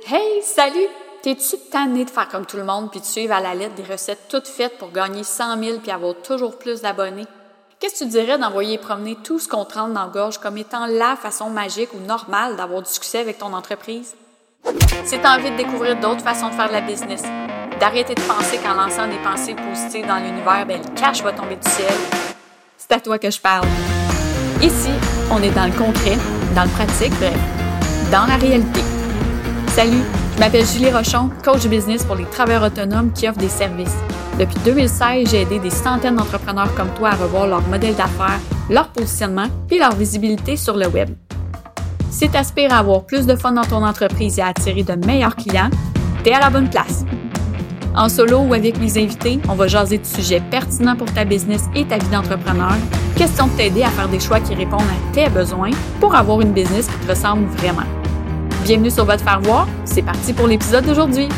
Hey, salut! T'es-tu tanné de faire comme tout le monde puis de suivre à la lettre des recettes toutes faites pour gagner 100 000 puis avoir toujours plus d'abonnés? Qu'est-ce que tu dirais d'envoyer promener tout ce qu'on te rentre dans la gorge comme étant la façon magique ou normale d'avoir du succès avec ton entreprise? Si t'as envie de découvrir d'autres façons de faire de la business, d'arrêter de penser qu'en lançant des pensées positives dans l'univers, le cash va tomber du ciel, c'est à toi que je parle. Ici, on est dans le concret, dans le pratique, bref, dans la réalité. Salut, je m'appelle Julie Rochon, coach business pour les travailleurs autonomes qui offrent des services. Depuis 2016, j'ai aidé des centaines d'entrepreneurs comme toi à revoir leur modèle d'affaires, leur positionnement puis leur visibilité sur le web. Si tu aspires à avoir plus de fun dans ton entreprise et à attirer de meilleurs clients, t'es à la bonne place. En solo ou avec mes invités, on va jaser de sujets pertinents pour ta business et ta vie d'entrepreneur. Question de t'aider à faire des choix qui répondent à tes besoins pour avoir une business qui te ressemble vraiment. Bienvenue sur Va te faire voir, c'est parti pour l'épisode d'aujourd'hui.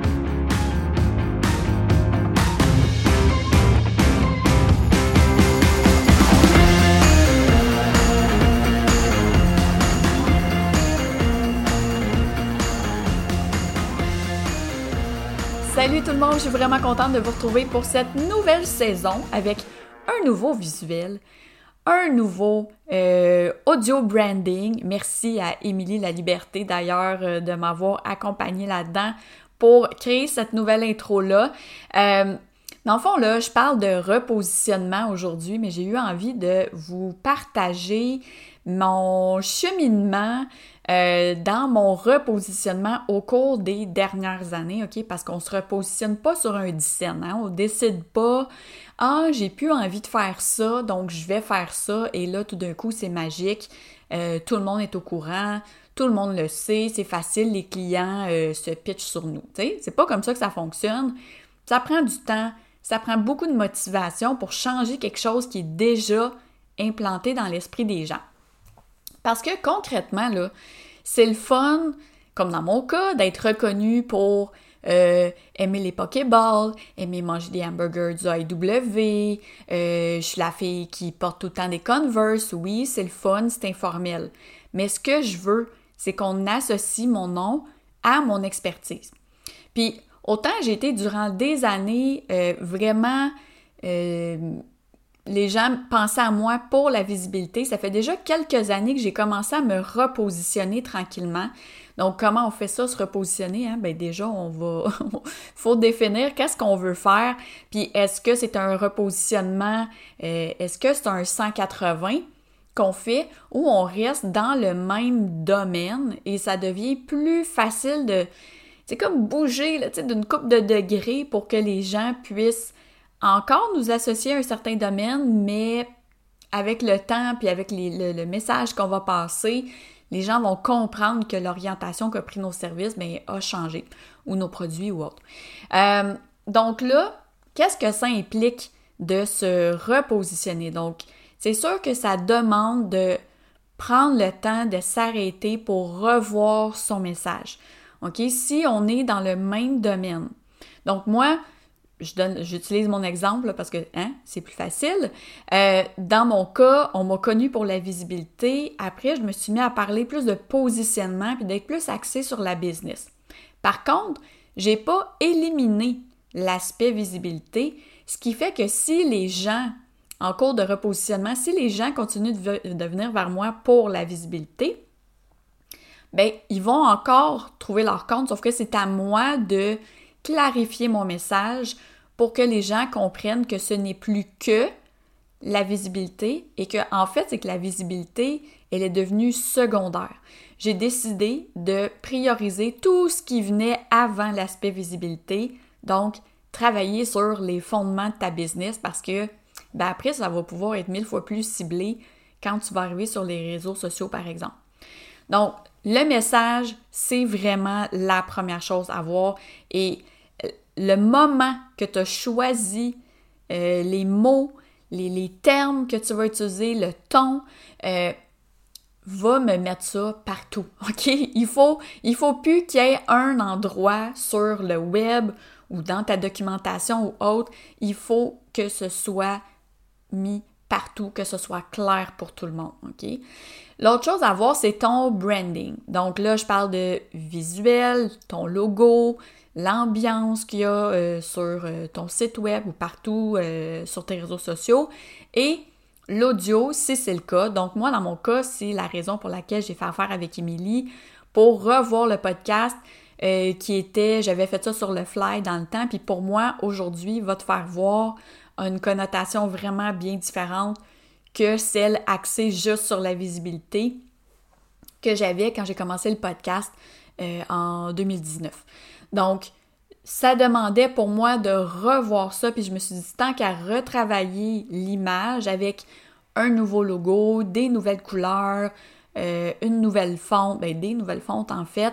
Salut tout le monde, je suis vraiment contente de vous retrouver pour cette nouvelle saison avec un nouveau visuel, un nouveau audio branding. Merci à Émilie La Liberté d'ailleurs de m'avoir accompagnée là-dedans pour créer cette nouvelle intro-là. Dans le fond, là, je parle de repositionnement aujourd'hui, mais j'ai eu envie de vous partager mon cheminement dans mon repositionnement au cours des dernières années, OK? Parce qu'on se repositionne pas sur un 10 cents, hein? On décide pas « Ah, j'ai plus envie de faire ça, donc je vais faire ça. » Et là, tout d'un coup, c'est magique. Tout le monde est au courant. Tout le monde le sait. C'est facile. Les clients se pitchent sur nous. Tu sais, c'est pas comme ça que ça fonctionne. Ça prend du temps. Ça prend beaucoup de motivation pour changer quelque chose qui est déjà implanté dans l'esprit des gens. Parce que concrètement, là, c'est le fun, comme dans mon cas, d'être reconnu pour aimer les Pokéballs, aimer manger des hamburgers du AEW, je suis la fille qui porte tout le temps des Converse, oui, c'est le fun, c'est informel. Mais ce que je veux, c'est qu'on associe mon nom à mon expertise. Puis, autant j'ai été durant des années vraiment... les gens pensaient à moi pour la visibilité. Ça fait déjà quelques années que j'ai commencé à me repositionner tranquillement. Donc, comment on fait ça, se repositionner? Hein? Déjà, faut définir qu'est-ce qu'on veut faire. Puis, est-ce que c'est un repositionnement? Est-ce que c'est un 180 qu'on fait ou on reste dans le même domaine et ça devient plus facile de... C'est comme bouger là, d'une couple de degrés pour que les gens puissent encore nous associer à un certain domaine, mais avec le temps puis avec le message qu'on va passer, les gens vont comprendre que l'orientation qu'a pris nos services a changé, ou nos produits ou autres. Donc là, qu'est-ce que ça implique de se repositionner? Donc, c'est sûr que ça demande de prendre le temps de s'arrêter pour revoir son message. OK? Si on est dans le même domaine. Donc moi, j'utilise mon exemple là, parce que c'est plus facile. Dans mon cas, on m'a connue pour la visibilité. Après, je me suis mis à parler plus de positionnement puis d'être plus axée sur la business. Par contre, j'ai pas éliminé l'aspect visibilité, ce qui fait que si les gens, en cours de repositionnement, si les gens continuent de venir vers moi pour la visibilité, ils vont encore trouver leur compte, sauf que c'est à moi de clarifier mon message pour que les gens comprennent que ce n'est plus que la visibilité et que, en fait, c'est que la visibilité, elle est devenue secondaire. J'ai décidé de prioriser tout ce qui venait avant l'aspect visibilité, donc travailler sur les fondements de ta business parce que, après, ça va pouvoir être 1000 fois plus ciblé quand tu vas arriver sur les réseaux sociaux, par exemple. Donc, le message, c'est vraiment la première chose à voir et le moment que tu as choisi les mots, les termes que tu vas utiliser, le ton, va me mettre ça partout, OK? Il faut plus qu'il y ait un endroit sur le web ou dans ta documentation ou autre. Il faut que ce soit mis partout, que ce soit clair pour tout le monde, OK? L'autre chose à voir, c'est ton branding. Donc là, je parle de visuel, ton logo, l'ambiance qu'il y a sur ton site web ou partout sur tes réseaux sociaux et l'audio, si c'est le cas. Donc moi, dans mon cas, c'est la raison pour laquelle j'ai fait affaire avec Émilie pour revoir le podcast j'avais fait ça sur le fly dans le temps, puis pour moi, aujourd'hui, va te faire voir une connotation vraiment bien différente que celle axée juste sur la visibilité que j'avais quand j'ai commencé le podcast en 2019. Donc, ça demandait pour moi de revoir ça, puis je me suis dit, tant qu'à retravailler l'image avec un nouveau logo, des nouvelles couleurs, une nouvelle fonte, des nouvelles fontes en fait,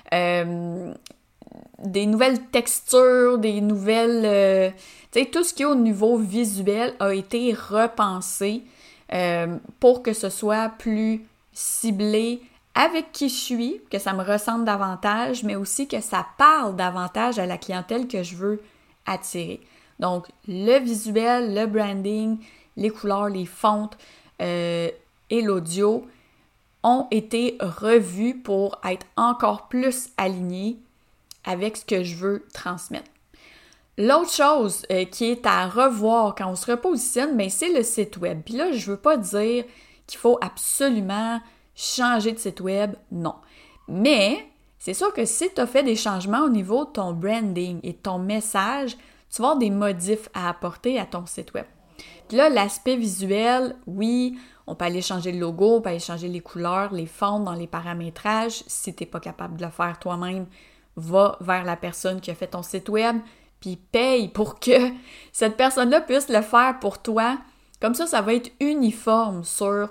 des nouvelles textures, des nouvelles... tu sais, tout ce qui est au niveau visuel a été repensé pour que ce soit plus ciblé avec qui je suis, que ça me ressemble davantage, mais aussi que ça parle davantage à la clientèle que je veux attirer. Donc, le visuel, le branding, les couleurs, les fontes et l'audio ont été revus pour être encore plus alignés avec ce que je veux transmettre. L'autre chose qui est à revoir quand on se repositionne, c'est le site web. Puis là, je ne veux pas dire qu'il faut absolument changer de site web, non. Mais c'est sûr que si tu as fait des changements au niveau de ton branding et de ton message, tu vas avoir des modifs à apporter à ton site web. Puis là, l'aspect visuel, oui, on peut aller changer le logo, on peut aller changer les couleurs, les fontes dans les paramétrages. Si tu n'es pas capable de le faire toi-même, va vers la personne qui a fait ton site web, puis paye pour que cette personne-là puisse le faire pour toi. Comme ça va être uniforme sur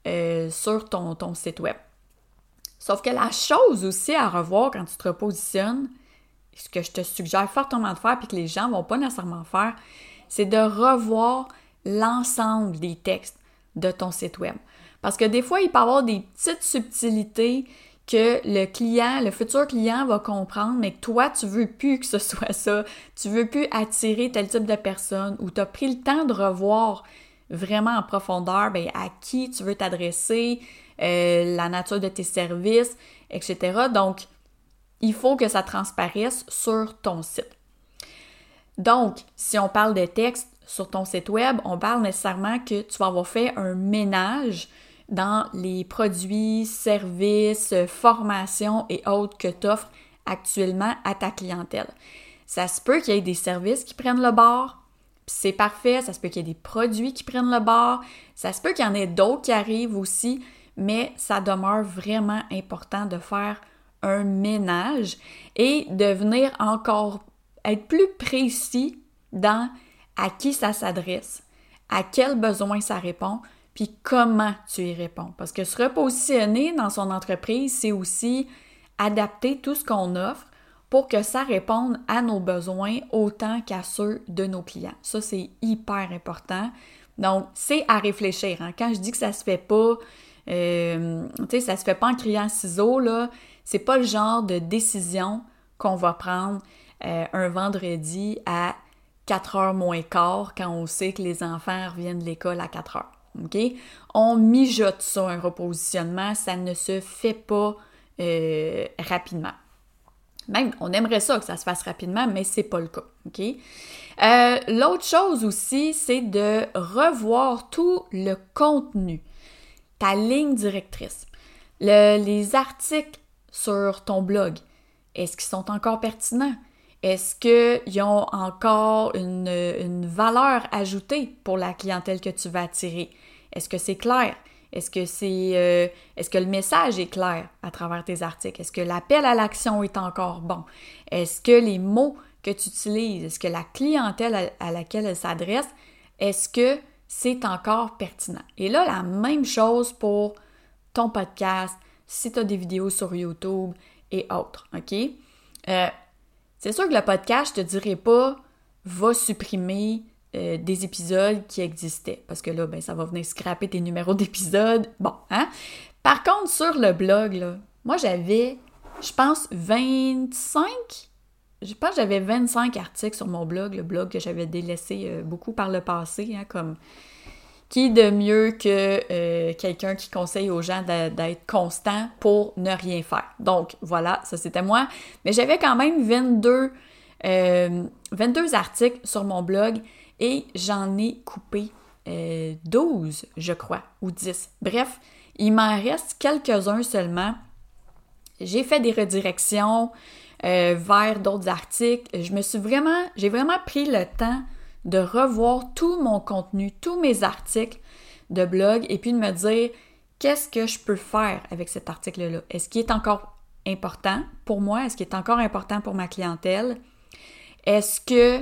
ton site web. Sauf que la chose aussi à revoir quand tu te repositionnes, ce que je te suggère fortement de faire puis que les gens vont pas nécessairement faire, c'est de revoir l'ensemble des textes de ton site web. Parce que des fois, il peut y avoir des petites subtilités que le futur client va comprendre, mais que toi, tu veux plus que ce soit ça. Tu veux plus attirer tel type de personne ou tu as pris le temps de revoir vraiment en profondeur à qui tu veux t'adresser, la nature de tes services, etc. Donc, il faut que ça transparaisse sur ton site. Donc, si on parle de texte sur ton site web, on parle nécessairement que tu vas avoir fait un ménage dans les produits, services, formations et autres que tu offres actuellement à ta clientèle. Ça se peut qu'il y ait des services qui prennent le bord, puis c'est parfait, ça se peut qu'il y ait des produits qui prennent le bord, ça se peut qu'il y en ait d'autres qui arrivent aussi, mais ça demeure vraiment important de faire un ménage et de venir encore être plus précis dans à qui ça s'adresse, à quel besoin ça répond, puis comment tu y réponds. Parce que se repositionner dans son entreprise, c'est aussi adapter tout ce qu'on offre pour que ça réponde à nos besoins autant qu'à ceux de nos clients. Ça, c'est hyper important. Donc, c'est à réfléchir. Hein? Quand je dis que ça se fait pas, ça se fait pas en criant ciseaux, là, c'est pas le genre de décision qu'on va prendre un vendredi à 4h moins quart quand on sait que les enfants reviennent de l'école à 4h. OK? On mijote ça, un repositionnement, ça ne se fait pas rapidement. Même, on aimerait ça que ça se fasse rapidement, mais c'est pas le cas. OK? L'autre chose aussi, c'est de revoir tout le contenu, ta ligne directrice, les articles sur ton blog. Est-ce qu'ils sont encore pertinents? Est-ce qu'ils ont encore une valeur ajoutée pour la clientèle que tu vas attirer? Est-ce que c'est clair? Est-ce que le message est clair à travers tes articles? Est-ce que l'appel à l'action est encore bon? Est-ce que les mots que tu utilises, est-ce que la clientèle à laquelle elle s'adresse, est-ce que c'est encore pertinent? Et là, la même chose pour ton podcast, si tu as des vidéos sur YouTube et autres, OK? C'est sûr que le podcast, je te dirais pas, va supprimer des épisodes qui existaient. Parce que là, ça va venir scraper tes numéros d'épisodes. Bon, hein? Par contre, sur le blog, là, moi, j'avais, je pense, 25 articles sur mon blog, le blog que j'avais délaissé beaucoup par le passé, hein, comme Qui de mieux que quelqu'un qui conseille aux gens d'être constant pour ne rien faire. Donc, voilà, ça c'était moi. Mais j'avais quand même 22 articles sur mon blog et j'en ai coupé 12, je crois, ou 10. Bref, il m'en reste quelques-uns seulement. J'ai fait des redirections vers d'autres articles. J'ai vraiment pris le temps de revoir tout mon contenu, tous mes articles de blog et puis de me dire qu'est-ce que je peux faire avec cet article-là. Est-ce qu'il est encore important pour moi? Est-ce qu'il est encore important pour ma clientèle? Est-ce que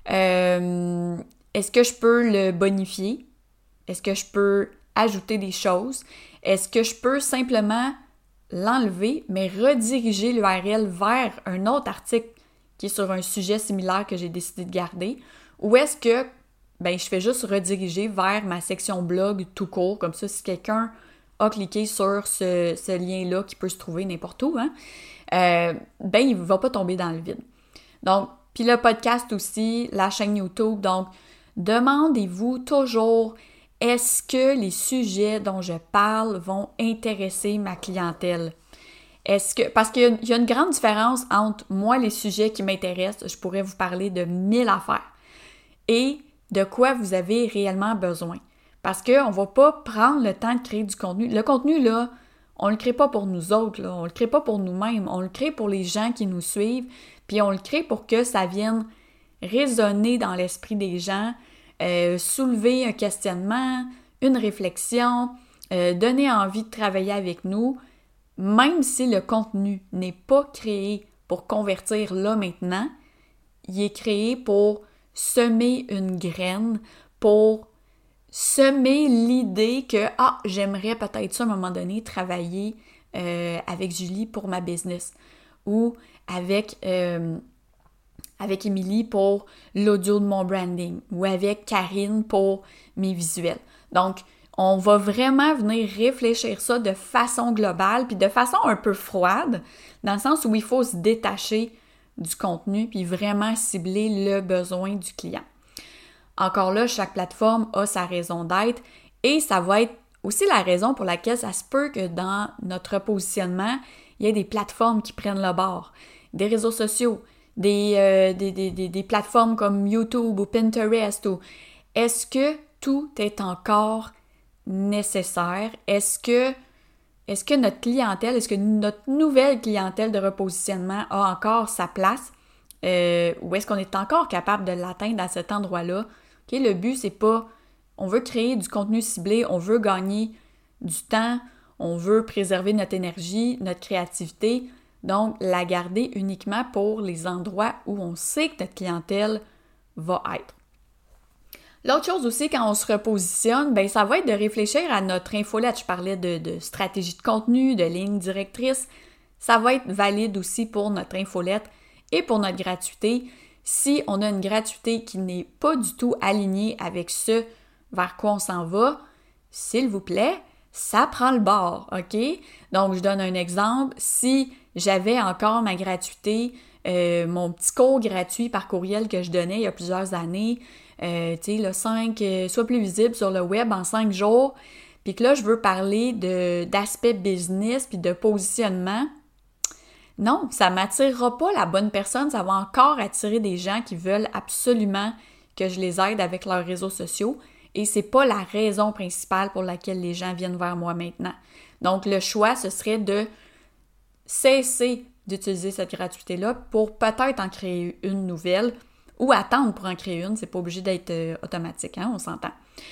je peux le bonifier? Est-ce que je peux ajouter des choses? Est-ce que je peux simplement l'enlever, mais rediriger l'URL vers un autre article qui est sur un sujet similaire que j'ai décidé de garder? Ou est-ce que je fais juste rediriger vers ma section blog tout court, comme ça, si quelqu'un a cliqué sur ce lien-là qui peut se trouver n'importe où, il ne va pas tomber dans le vide. Donc, puis le podcast aussi, la chaîne YouTube, donc demandez-vous toujours, est-ce que les sujets dont je parle vont intéresser ma clientèle? Parce qu'il y a une grande différence entre moi, les sujets qui m'intéressent, je pourrais vous parler de 1000 affaires, et de quoi vous avez réellement besoin. Parce qu'on ne va pas prendre le temps de créer du contenu. Le contenu, là, on ne le crée pas pour nous autres, là. On ne le crée pas pour nous-mêmes, on le crée pour les gens qui nous suivent, puis on le crée pour que ça vienne résonner dans l'esprit des gens, soulever un questionnement, une réflexion, donner envie de travailler avec nous, même si le contenu n'est pas créé pour convertir là maintenant, il est créé pour semer une graine, pour semer l'idée que « j'aimerais peut-être ça à un moment donné travailler avec Julie pour ma business » ou avec Émilie pour l'audio de mon branding ou avec Karine pour mes visuels. Donc, on va vraiment venir réfléchir ça de façon globale puis de façon un peu froide, dans le sens où il faut se détacher du contenu puis vraiment cibler le besoin du client. Encore là, chaque plateforme a sa raison d'être et ça va être aussi la raison pour laquelle ça se peut que dans notre positionnement, il y ait des plateformes qui prennent le bord, des réseaux sociaux, des plateformes comme YouTube ou Pinterest. Est-ce que tout est encore nécessaire? Est-ce que notre clientèle, est-ce que notre nouvelle clientèle de repositionnement a encore sa place? Ou est-ce qu'on est encore capable de l'atteindre à cet endroit-là? Okay, le but, c'est pas... On veut créer du contenu ciblé, on veut gagner du temps, on veut préserver notre énergie, notre créativité, donc la garder uniquement pour les endroits où on sait que notre clientèle va être. L'autre chose aussi, quand on se repositionne, ça va être de réfléchir à notre infolette. Je parlais de stratégie de contenu, de ligne directrice. Ça va être valide aussi pour notre infolette et pour notre gratuité. Si on a une gratuité qui n'est pas du tout alignée avec ce vers quoi on s'en va, s'il vous plaît, ça prend le bord, OK? Donc, je donne un exemple. Si j'avais encore ma gratuité, mon petit cours gratuit par courriel que je donnais il y a plusieurs années, le 5, soit plus visible sur le web en 5 jours, puis que là, je veux parler d'aspect business puis de positionnement, non, ça ne m'attirera pas la bonne personne, ça va encore attirer des gens qui veulent absolument que je les aide avec leurs réseaux sociaux et c'est pas la raison principale pour laquelle les gens viennent vers moi maintenant. Donc, le choix, ce serait de cesser d'utiliser cette gratuité-là pour peut-être en créer une nouvelle ou attendre pour en créer une, c'est pas obligé d'être automatique, on s'entend.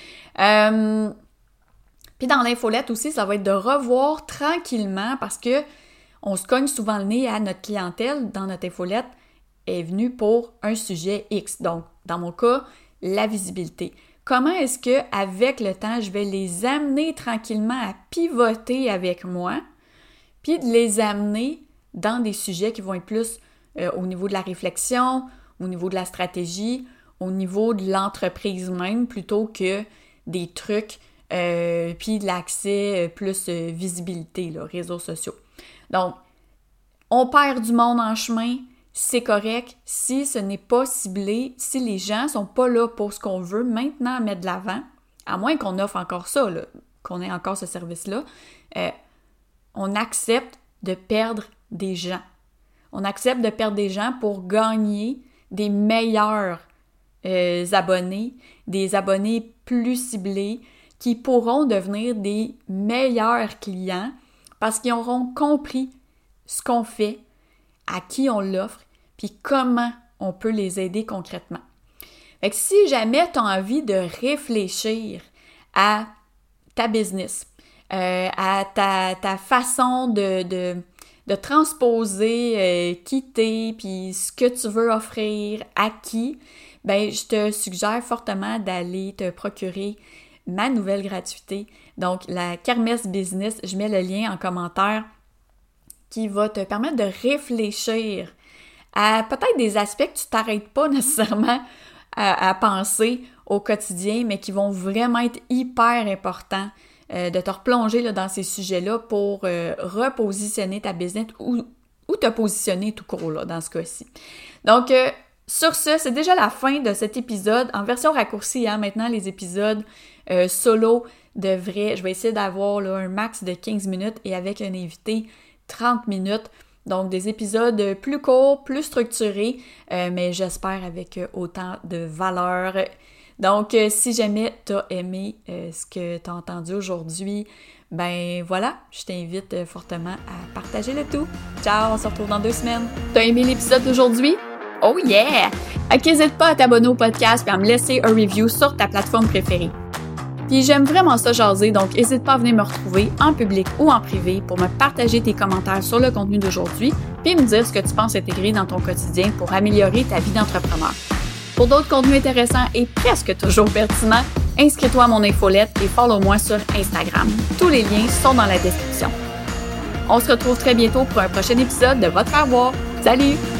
Puis dans l'infolette aussi, ça va être de revoir tranquillement parce que on se cogne souvent le nez à notre clientèle dans notre infolette est venue pour un sujet X. Donc, dans mon cas, la visibilité. Comment est-ce qu'avec le temps, je vais les amener tranquillement à pivoter avec moi, puis de les amener dans des sujets qui vont être plus au niveau de la réflexion, au niveau de la stratégie, au niveau de l'entreprise même, plutôt que des trucs, puis de l'accès plus visibilité, là, réseaux sociaux. Donc, on perd du monde en chemin, c'est correct. Si ce n'est pas ciblé, si les gens ne sont pas là pour ce qu'on veut maintenant mettre de l'avant, à moins qu'on offre encore ça, là, qu'on ait encore ce service-là, on accepte de perdre des gens. On accepte de perdre des gens pour gagner des meilleurs abonnés, des abonnés plus ciblés qui pourront devenir des meilleurs clients parce qu'ils auront compris ce qu'on fait, à qui on l'offre, puis comment on peut les aider concrètement. Fait que si jamais tu as envie de réfléchir à ta business, à ta façon de transposer qui t'es, puis ce que tu veux offrir, à qui, ben je te suggère fortement d'aller te procurer ma nouvelle gratuité. Donc, la Kermesse Business, je mets le lien en commentaire qui va te permettre de réfléchir à peut-être des aspects que tu t'arrêtes pas nécessairement à penser au quotidien, mais qui vont vraiment être hyper importants de te replonger là, dans ces sujets-là pour repositionner ta business ou te positionner tout court là, dans ce cas-ci. Donc, sur ce, c'est déjà la fin de cet épisode en version raccourcie. Maintenant, les épisodes solo devraient, je vais essayer d'avoir là, un max de 15 minutes et avec un invité 30 minutes. Donc, des épisodes plus courts, plus structurés, mais j'espère avec autant de valeur. Donc, si jamais tu as aimé ce que tu as entendu aujourd'hui, ben voilà, je t'invite fortement à partager le tout. Ciao, on se retrouve dans 2 semaines. T'as aimé l'épisode d'aujourd'hui? Oh yeah! N'hésite pas à t'abonner au podcast et à me laisser un review sur ta plateforme préférée. Puis j'aime vraiment ça jaser, donc n'hésite pas à venir me retrouver en public ou en privé pour me partager tes commentaires sur le contenu d'aujourd'hui puis me dire ce que tu penses intégrer dans ton quotidien pour améliorer ta vie d'entrepreneur. Pour d'autres contenus intéressants et presque toujours pertinents, inscris-toi à mon infolette et follow-moi sur Instagram. Tous les liens sont dans la description. On se retrouve très bientôt pour un prochain épisode de Votre Faire Voir. Salut!